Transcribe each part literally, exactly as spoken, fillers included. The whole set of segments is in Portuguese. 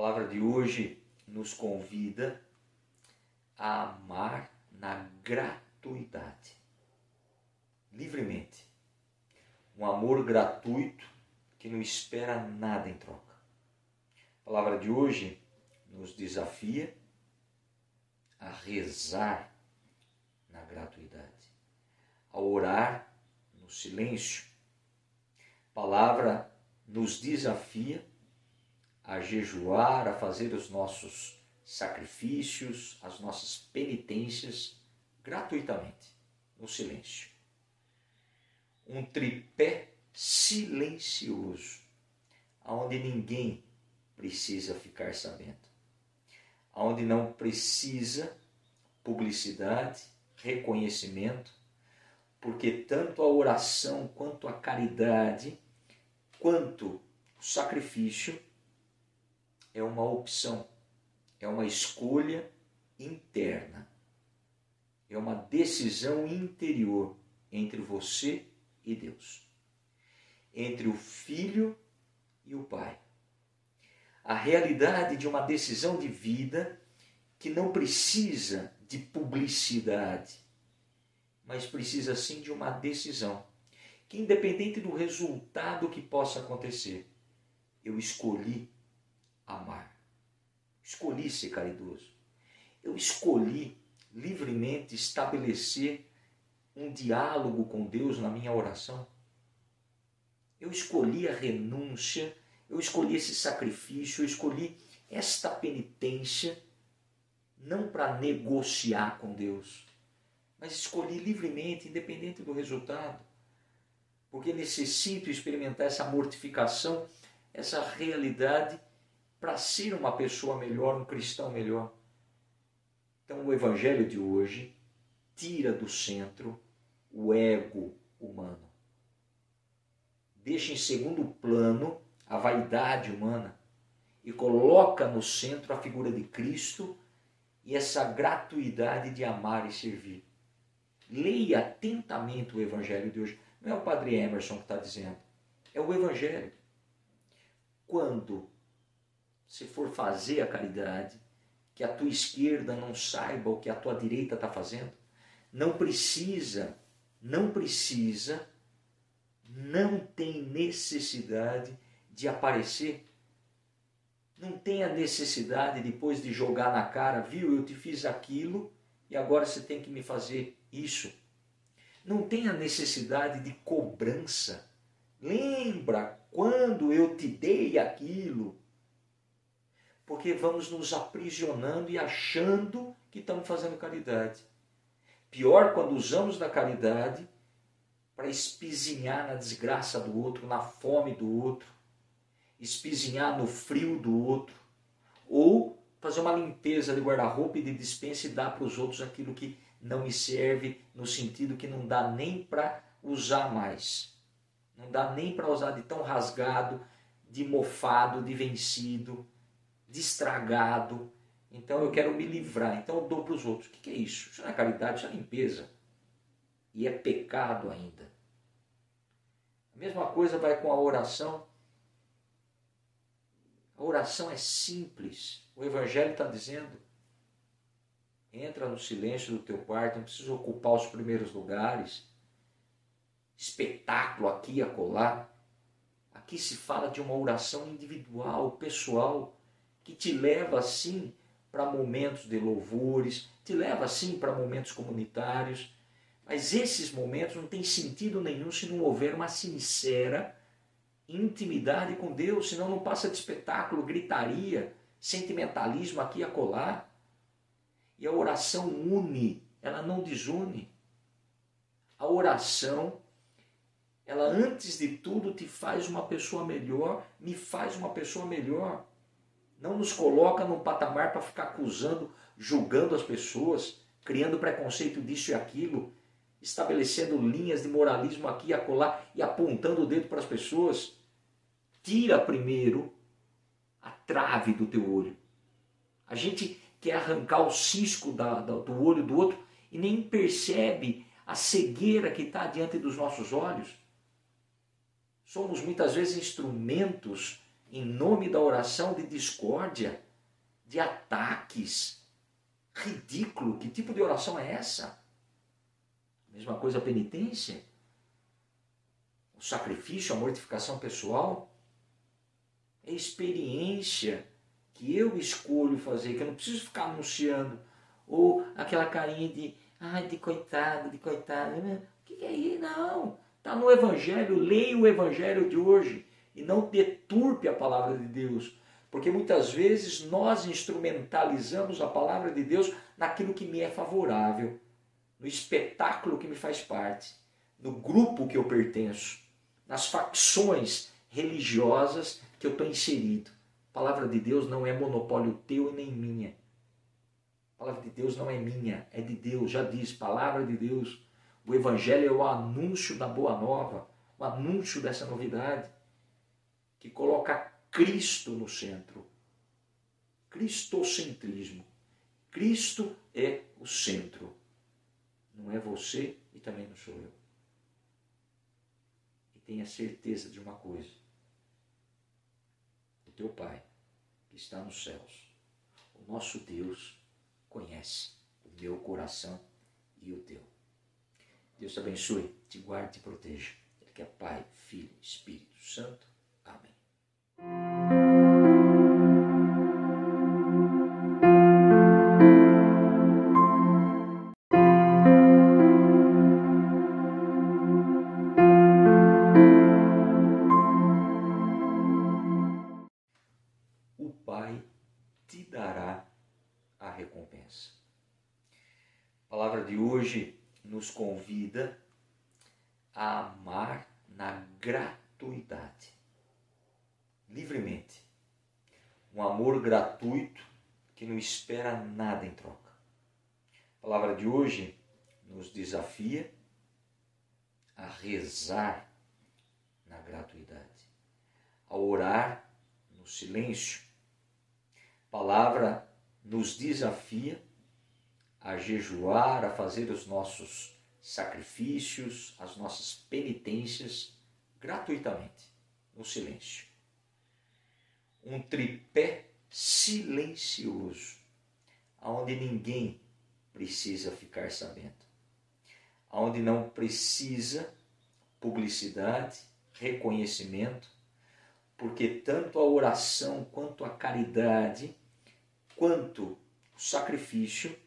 palavra de hoje nos convida a amar na gratuidade, livremente. Um amor gratuito que não espera nada em troca. A palavra de hoje nos desafia a rezar na gratuidade, a orar no silêncio. A palavra nos desafia a jejuar, a fazer os nossos sacrifícios, as nossas penitências gratuitamente, no silêncio. Um tripé silencioso, onde ninguém precisa ficar sabendo, onde não precisa publicidade, reconhecimento, porque tanto a oração quanto a caridade, quanto o sacrifício, é uma opção, é uma escolha interna, é uma decisão interior entre você e Deus, entre o Filho e o Pai. A realidade de uma decisão de vida que não precisa de publicidade, mas precisa sim de uma decisão, que independente do resultado que possa acontecer, eu escolhi amar, escolhi ser caridoso, eu escolhi livremente estabelecer um diálogo com Deus na minha oração, eu escolhi a renúncia, eu escolhi esse sacrifício, eu escolhi esta penitência, não para negociar com Deus, mas escolhi livremente, independente do resultado, porque necessito experimentar essa mortificação, essa realidade, para ser uma pessoa melhor, um cristão melhor. Então o Evangelho de hoje tira do centro o ego humano. Deixa em segundo plano a vaidade humana e coloca no centro a figura de Cristo e essa gratuidade de amar e servir. Leia atentamente o Evangelho de hoje. Não é o Padre Emerson que está dizendo, é o Evangelho. Quando se for fazer a caridade, que a tua esquerda não saiba o que a tua direita está fazendo, não precisa, não precisa, não tem necessidade de aparecer, não tem a necessidade depois de jogar na cara, viu, eu te fiz aquilo e agora você tem que me fazer isso. Não tem a necessidade de cobrança. Lembra quando eu te dei aquilo? Porque vamos nos aprisionando e achando que estamos fazendo caridade. Pior quando usamos da caridade para espizinhar na desgraça do outro, na fome do outro, espizinhar no frio do outro, ou fazer uma limpeza de guarda-roupa e de despensa e dar para os outros aquilo que não me serve, no sentido que não dá nem para usar mais. Não dá nem para usar de tão rasgado, de mofado, de vencido, de estragado. Então eu quero me livrar, então eu dou para os outros. O que é isso? Isso não é caridade, isso é limpeza. E é pecado ainda. A mesma coisa vai com a oração. A oração é simples. O Evangelho está dizendo, entra no silêncio do teu quarto, não precisa ocupar os primeiros lugares. Espetáculo aqui e acolá. Aqui se fala de uma oração individual, pessoal, que te leva assim para momentos de louvores, te leva assim para momentos comunitários, mas esses momentos não têm sentido nenhum se não houver uma sincera intimidade com Deus, senão não passa de espetáculo, gritaria, sentimentalismo aqui e acolá. E a oração une, ela não desune. A oração, ela antes de tudo te faz uma pessoa melhor, me faz uma pessoa melhor. Não nos coloca num patamar para ficar acusando, julgando as pessoas, criando preconceito disso e aquilo, estabelecendo linhas de moralismo aqui e acolá e apontando o dedo para as pessoas. Tira primeiro a trave do teu olho. A gente quer arrancar o cisco da, da, do olho do outro e nem percebe a cegueira que está diante dos nossos olhos. Somos muitas vezes instrumentos em nome da oração de discórdia, de ataques. Ridículo. Que tipo de oração é essa? Mesma coisa a penitência? O sacrifício, a mortificação pessoal? É experiência que eu escolho fazer, que eu não preciso ficar anunciando. Ou aquela carinha de, ai, de coitado, de coitado. O que é isso? Não. Está no Evangelho. Leia o Evangelho de hoje e não deturpe a palavra de Deus. Porque muitas vezes nós instrumentalizamos a palavra de Deus naquilo que me é favorável, no espetáculo que me faz parte, no grupo que eu pertenço, nas facções religiosas que eu estou inserido. A palavra de Deus não é monopólio teu e nem minha. A palavra de Deus não é minha, é de Deus. Já diz, palavra de Deus. O Evangelho é o anúncio da boa nova, o anúncio dessa novidade, que coloca Cristo no centro. Cristocentrismo. Cristo é o centro. Não é você e também não sou eu. E tenha certeza de uma coisa. O teu Pai, que está nos céus, o nosso Deus, conhece o meu coração e o teu. Deus te abençoe, te guarde e te proteja. Ele que é Pai, Filho, Espírito Santo. Amém. O Pai te dará a recompensa. A palavra de hoje nos convida a amar na gratuidade, livremente. Um amor gratuito que não espera nada em troca. A palavra de hoje nos desafia a rezar na gratuidade, a orar no silêncio. A palavra nos desafia a jejuar, a fazer os nossos sacrifícios, as nossas penitências gratuitamente, no silêncio. Um tripé silencioso, onde ninguém precisa ficar sabendo, onde não precisa publicidade, reconhecimento, porque tanto a oração quanto a caridade, quanto o sacrifício,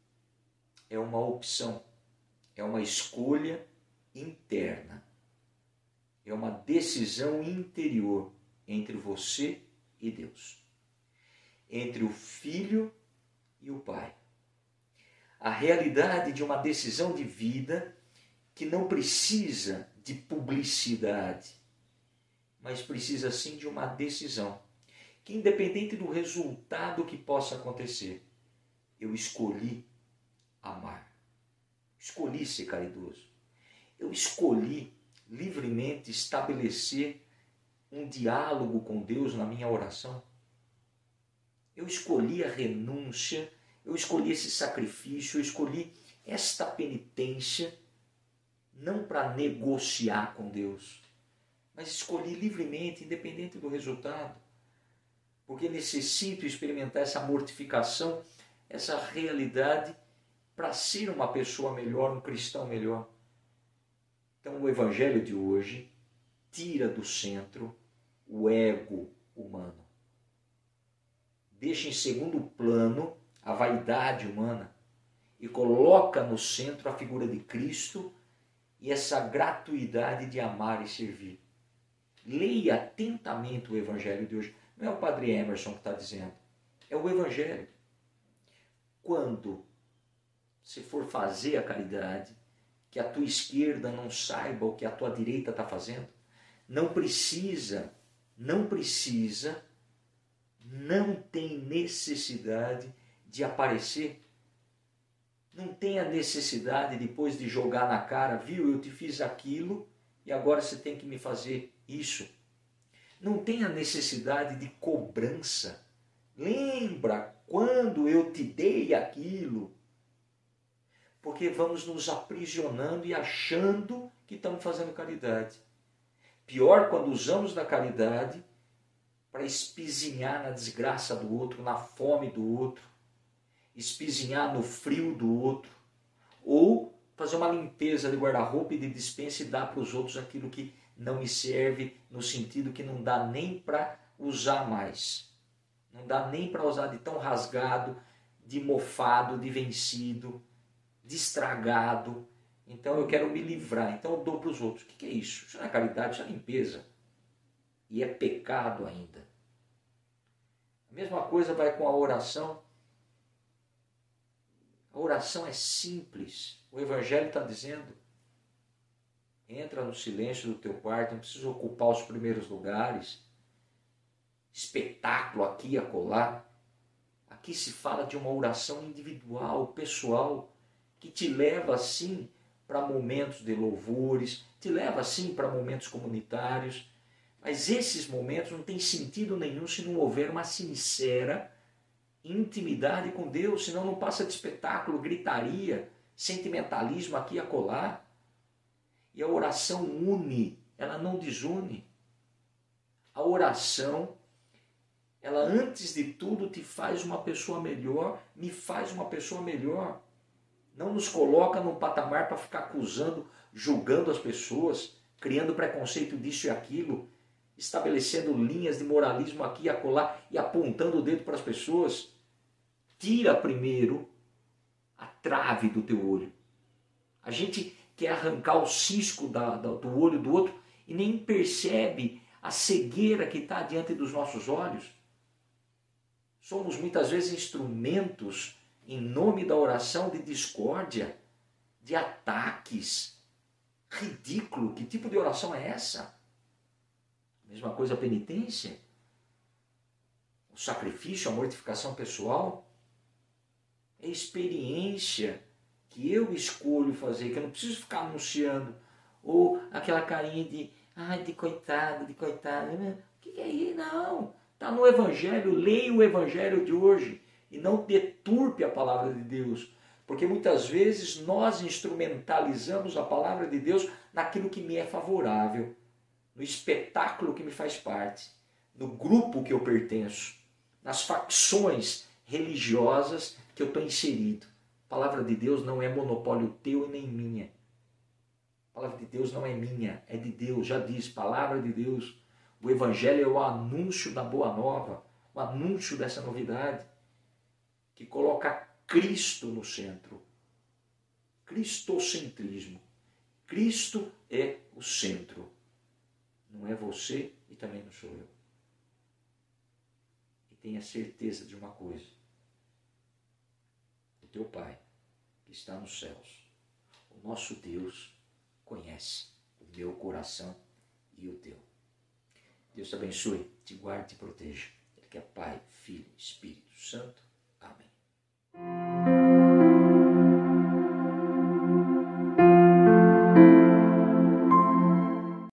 é uma opção, é uma escolha interna, é uma decisão interior entre você e Deus, entre o Filho e o Pai. A realidade de uma decisão de vida que não precisa de publicidade, mas precisa sim de uma decisão, que independente do resultado que possa acontecer, eu escolhi amar. Escolhi ser caridoso. Eu escolhi livremente estabelecer um diálogo com Deus na minha oração. Eu escolhi a renúncia, eu escolhi esse sacrifício, eu escolhi esta penitência, não para negociar com Deus, mas escolhi livremente, independente do resultado, porque necessito experimentar essa mortificação, essa realidade, para ser uma pessoa melhor, um cristão melhor. Então o Evangelho de hoje tira do centro o ego humano. Deixa em segundo plano a vaidade humana e coloca no centro a figura de Cristo e essa gratuidade de amar e servir. Leia atentamente o Evangelho de hoje. Não é o Padre Emerson que está dizendo, é o Evangelho. Quando se for fazer a caridade, que a tua esquerda não saiba o que a tua direita está fazendo, não precisa, não precisa, não tem necessidade de aparecer. Não tem a necessidade depois de jogar na cara, viu, eu te fiz aquilo e agora você tem que me fazer isso. Não tem a necessidade de cobrança. Lembra quando eu te dei aquilo? Porque vamos nos aprisionando e achando que estamos fazendo caridade. Pior quando usamos da caridade para espizinhar na desgraça do outro, na fome do outro, espizinhar no frio do outro, ou fazer uma limpeza de guarda-roupa e de despensa e dar para os outros aquilo que não me serve, no sentido que não dá nem para usar mais. Não dá nem para usar, de tão rasgado, de mofado, de vencido, de estragado. Então eu quero me livrar, então eu dou para os outros. O que é isso? Isso não é caridade, isso é limpeza. E é pecado ainda. A mesma coisa vai com a oração. A oração é simples. O Evangelho está dizendo: entra no silêncio do teu quarto, não precisa ocupar os primeiros lugares. Espetáculo aqui e acolá. Aqui se fala de uma oração individual, pessoal, que te leva assim para momentos de louvores, te leva assim para momentos comunitários. Mas esses momentos não têm sentido nenhum se não houver uma sincera intimidade com Deus, senão não passa de espetáculo, gritaria, sentimentalismo aqui e acolá. E a oração une, ela não desune. A oração, ela antes de tudo te faz uma pessoa melhor, me faz uma pessoa melhor. Não nos coloca num patamar para ficar acusando, julgando as pessoas, criando preconceito disso e aquilo, estabelecendo linhas de moralismo aqui e acolá e apontando o dedo para as pessoas. Tira primeiro a trave do teu olho. A gente quer arrancar o cisco da, da, do olho do outro e nem percebe a cegueira que está diante dos nossos olhos. Somos muitas vezes instrumentos, em nome da oração, de discórdia, de ataques. Ridículo. Que tipo de oração é essa? Mesma coisa a penitência, o sacrifício, a mortificação pessoal. É experiência que eu escolho fazer, que eu não preciso ficar anunciando. Ou aquela carinha de, ai, de coitado, de coitado. O que é isso? Não. Está no Evangelho, leia o Evangelho de hoje e não deturpe a palavra de Deus. Porque muitas vezes nós instrumentalizamos a palavra de Deus naquilo que me é favorável, no espetáculo que me faz parte, no grupo que eu pertenço, nas facções religiosas que eu estou inserido. A palavra de Deus não é monopólio teu e nem minha. A palavra de Deus não é minha, é de Deus, já diz, palavra de Deus. O Evangelho é o anúncio da boa nova, o anúncio dessa novidade, que coloca Cristo no centro. Cristocentrismo. Cristo é o centro. Não é você e também não sou eu. E tenha certeza de uma coisa. O teu Pai, que está nos céus, o nosso Deus, conhece o meu coração e o teu. Deus te abençoe, te guarde e te proteja. Ele que é Pai, Filho, Espírito Santo.